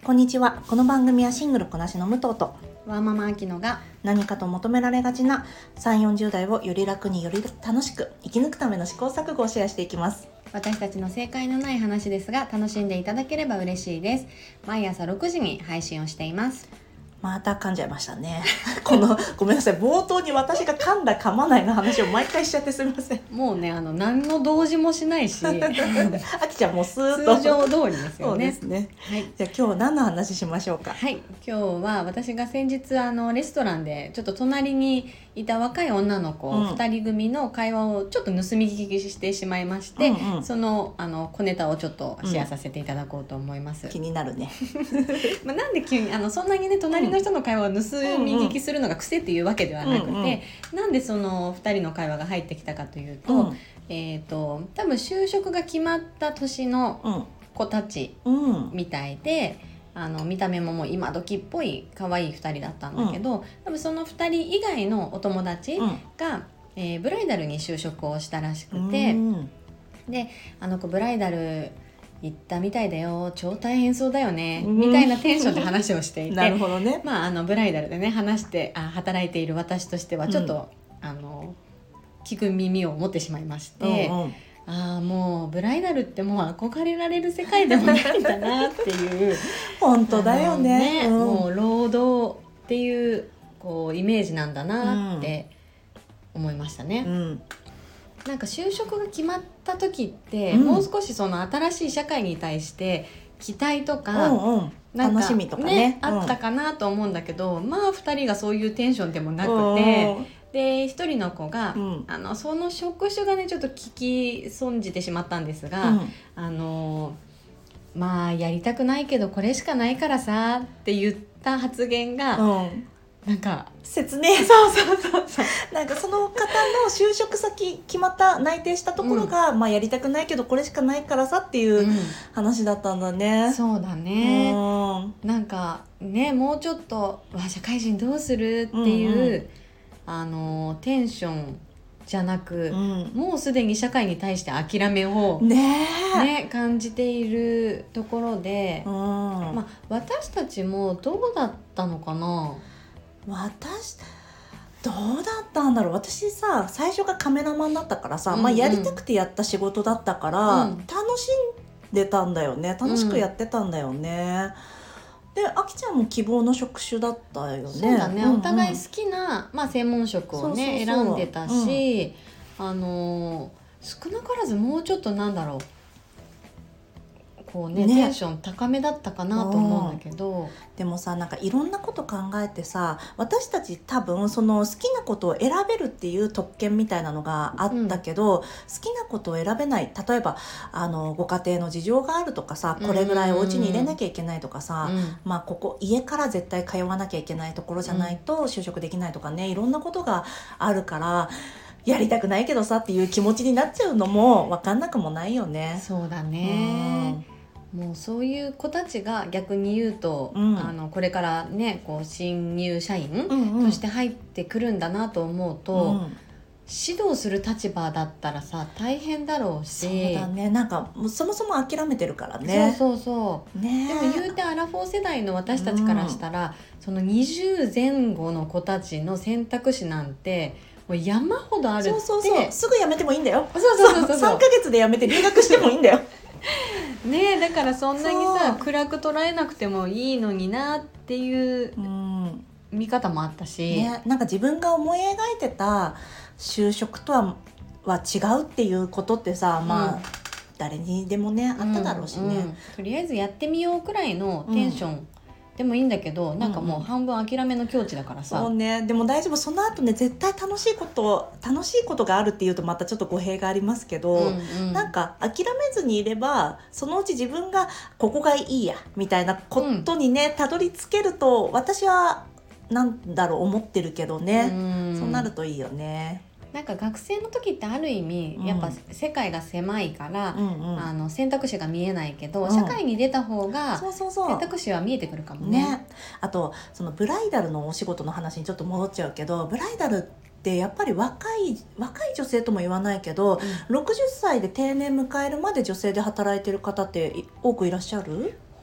こんにちは。この番組はシングルこなしの武藤とワーママアキノが何かと求められがちな3、40代をより楽により楽しく生き抜くための試行錯誤をシェアしていきます。 私たちの正解のない話ですが楽しんでいただければ嬉しいです。毎朝6時に配信をしています。 また噛んじゃいましたねごめんなさい、冒頭に私が噛んだ噛まないの話を毎回しちゃってすみません。 もうね何の同時もしないしあきちゃんもうスーッと通常通りですよね。 そうですね。 はい、 じゃあ今日何の話しましょうか。 はい、今日は私が先日レストランでちょっと隣にいた若い女の子、2人組の会話をちょっと盗み聞きしてしまいまして、その小ネタをちょっとシェアさせていただこうと思います。 気になるねなんで急にそんなにね隣の人の会話を盗み聞きするのが癖っていうわけではなくて、なんでその2人の会話が入ってきたかというと、多分就職が決まった年の子たちみたいで、見た目ももう今時っぽい可愛い2人だったんだけど、多分その2人以外のお友達が、ブライダルに就職をしたらしくて、で子ブライダル行ったみたいだよ、超大変そうだよね、みたいなテンションで話をしていてなるほどね。 ブライダルでね働いている私としてはちょっと、聞く耳を持ってしまいまして、もうブライダルってもう憧れられる世界でもないんだなっていう本当だよね、 もう労働っていうイメージなんだなって思いましたね。なんか就職が決まった時って、もう少しその新しい社会に対して期待とか、なんか楽しみとかねあったかなと思うんだけど、2人がそういうテンションでもなくて、で1人の子が、その職種がねちょっと聞き損じてしまったんですが、やりたくないけどこれしかないからさって言った発言が、なんか切ね。なんかその方の就職先決まった内定したところが、やりたくないけどこれしかないからさっていう話だったんだね。 そうだね。なんかね、もうちょっと社会人どうするっていう、テンションじゃなく、もうすでに社会に対して諦めを、感じているところで、私たちもどうだったのかな。 どうだったんだろう。私さ、最初がカメラマンだったからさ、やりたくてやった仕事だったから、楽しんでたんだよね。楽しくやってたんだよね。で、あきちゃんも希望の職種だったよね。 そうだね、お互い好きな、専門職をね選んでたし、少なからずもうちょっとなんだろう、テンション高めだったかなと思うんだけど、 でもさ、なんかいろんなこと考えてさ、私たち多分その好きなことを選べるっていう特権みたいなのがあったけど、好きなことを選べない、例えばご家庭の事情があるとかさ、これぐらいお家に入れなきゃいけないとかさ、ここ家から絶対通わなきゃいけないところじゃないと就職できないとかね、いろんなことがあるから、やりたくないけどさっていう気持ちになっちゃうのも分かんなくもないよね。 そうだね。もうそういう子たちが逆に言うと、これからね新入社員として入ってくるんだなと思うと、指導する立場だったらさ大変だろうし。 そうだね。なんかそもそも諦めてるからね。 そう、 ね、 でも言うてアラフォー世代の私たちからしたら、その20前後の子たちの選択肢なんてもう山ほどあるって。 すぐ辞めてもいいんだよ。 そう 3ヶ月で辞めて留学してもいいんだよね、だからそんなにさ暗く捉えなくてもいいのになっていう見方もあったし、 なんか自分が思い描いてた就職とは違うっていうことってさ、誰にでもねあっただろうしね、 とりあえずやってみようくらいのテンション、でもいいんだけど、なんかもう半分諦めの境地だからさ。 そうね。でも大丈夫。その後ね、絶対楽しいことがあるっていうとまたちょっと語弊がありますけど、なんか諦めずにいればそのうち自分がここがいいやみたいなことにね、たどり着けると私は思ってるけどね、そうなるといいよね。 なんか学生の時ってある意味やっぱ世界が狭いから、選択肢が見えないけど、社会に出た方が選択肢は見えてくるかもね。 あとそのブライダルのお仕事の話にちょっと戻っちゃうけど、ブライダルってやっぱり若い女性とも言わないけど、60歳で定年迎えるまで女性で働いてる方って多くいらっしゃる？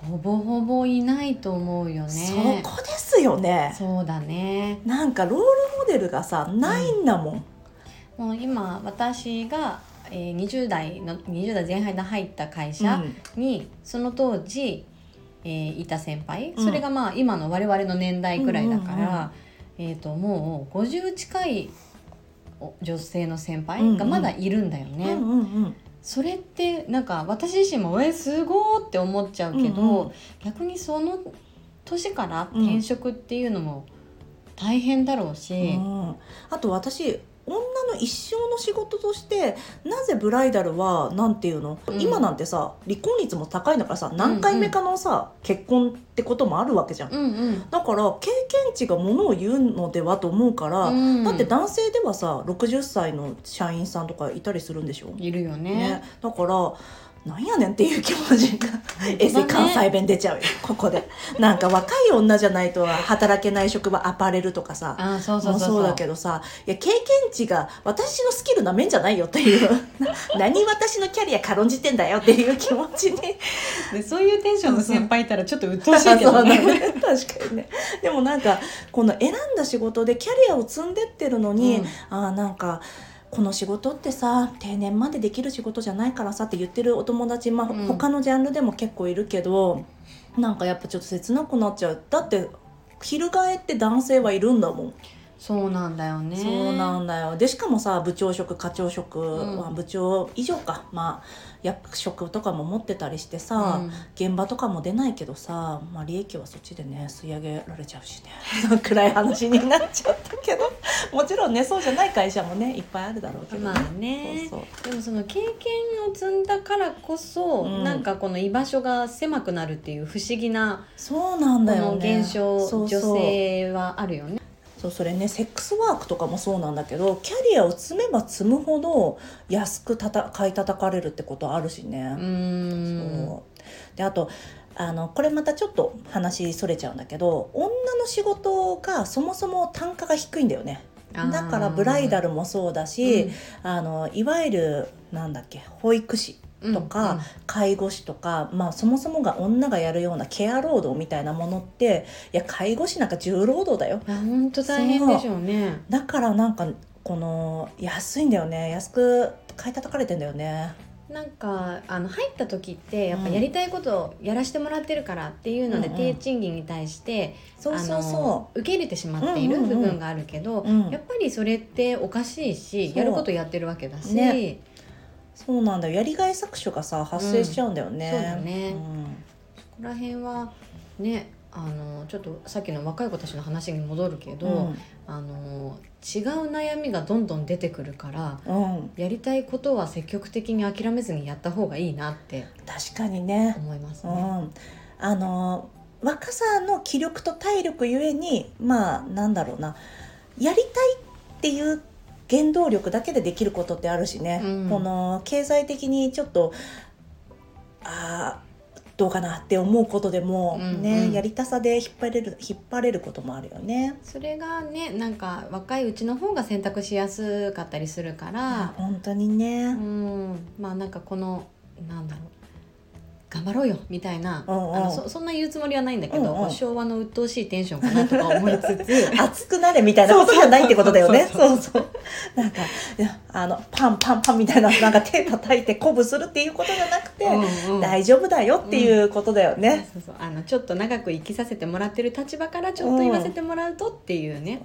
ほぼほぼいないと思うよね。 そこですよね。 そうだね。 なんかロールモデルがさないんだもん、 もう今私が、20代前半で入った会社に、その当時、いた先輩、それがまあ今の我々の年代くらいだから、もう50近い女性の先輩がまだいるんだよね。それってなんか私自身もすごーって思っちゃうけど、逆にその年から転職っていうのも大変だろうし、 あと私女の一生の仕事としてなぜブライダルはなんていうの、今なんてさ離婚率も高いんだからさ、何回目かのさ、結婚ってこともあるわけじゃん、だから経験値がものを言うのではと思うから、だって男性ではさ60歳の社員さんとかいたりするんでしょ。 いるよね。 だからなんやねんっていう気持ちが関西弁出ちゃうよここで。なんか若い女じゃないと働けない職場アパレルとかさ、そうだけどさ、いや経験値が私のスキルなめんじゃないよっていう何私のキャリア軽んじてんだよっていう気持ちにでそういうテンションの先輩いたらちょっと鬱陶しいけどね確かにね。でもなんかこの選んだ仕事でキャリアを積んでってるのに、なんかこの仕事ってさ定年までできる仕事じゃないからさって言ってるお友達、他のジャンルでも結構いるけど、なんかやっぱちょっと切なくなっちゃう。だって翻って男性はいるんだもん。 そうなんだよね。 そうなんだよ。でしかもさ部長職課長職、部長以上か、役職とかも持ってたりしてさ、現場とかも出ないけどさ、利益はそっちでね吸い上げられちゃうしね暗い話になっちゃったけどもちろんねそうじゃない会社もねいっぱいあるだろうけどね。 でもその経験を積んだからこそ、なんかこの居場所が狭くなるっていう不思議な、 そうなんだよね、 現象、女性はあるよね。 それねセックスワークとかもそうなんだけど、キャリアを積めば積むほど安く買い叩かれるってことあるしね。そうで、あとこれまたちょっと話それちゃうんだけど、女の仕事がそもそも単価が低いんだよね。だからブライダルもそうだし、いわゆるなんだっけ保育士とか介護士とか、そもそもが女がやるようなケア労働みたいなものって、いや介護士なんか重労働だよ。 本当大変でしょうね。 だからなんかこの安いんだよね、安く買い叩かれてんだよね。 なんか入った時ってやっぱやりたいことをやらせてもらってるからっていうので、低賃金に対して受け入れてしまっている部分があるけど、やっぱりそれっておかしいし、やることやってるわけだし、 そうなんだよ、やりがい搾取がさ発生しちゃうんだよね。 そうだね、そこら辺はね、ちょっとさっきの若い子たちの話に戻るけど、違う悩みがどんどん出てくるから、やりたいことは積極的に諦めずにやった方がいいなって確かにね思いますね。 若さの気力と体力ゆえになんだろうな、やりたいっていう原動力だけでできることってあるしね、この経済的にちょっとどうかなって思うことでも、やりたさで引っ張れることもあるよね。 それがね、なんか若いうちの方が選択しやすかったりするから、 本当にね、 なんかこのなんだろう、頑張ろうよみたいな、そんな言うつもりはないんだけど、昭和の鬱陶しいテンションかなとか思いつつ熱くなれみたいなことじゃないってことだよね。なんかパンパンパンみたいな、なんか手叩いて鼓舞するっていうことじゃなくて、大丈夫だよっていうことだよね。 ちょっと長く生きさせてもらってる立場からちょっと言わせてもらうとっていうね。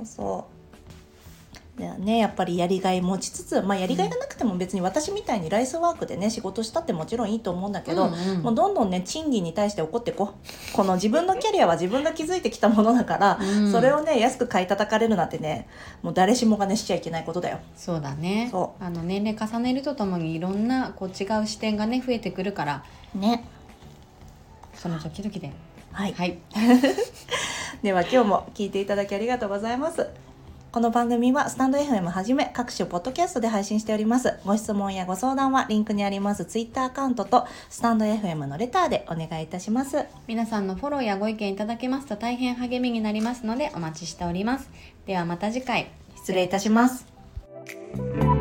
やっぱりやりがい持ちつつ、やりがいがなくても別に私みたいにライスワークでね仕事したってもちろんいいと思うんだけど、もうどんどんね賃金に対して怒ってこの自分のキャリアは自分が築いてきたものだから、それをね安く買い叩かれるなんてね、もう誰しもがねしちゃいけないことだよ。 そうだね。年齢重ねるとともにいろんな違う視点がね増えてくるからね、 その時々ででは今日も聞いていただきありがとうございます。この番組はスタンド FM はじめ各種ポッドキャストで配信しております。ご質問やご相談はリンクにありますツイッターアカウントとスタンド FM のレターでお願いいたします。 皆さんのフォローやご意見いただけますと大変励みになりますのでお待ちしております。ではまた次回、 失礼いたします。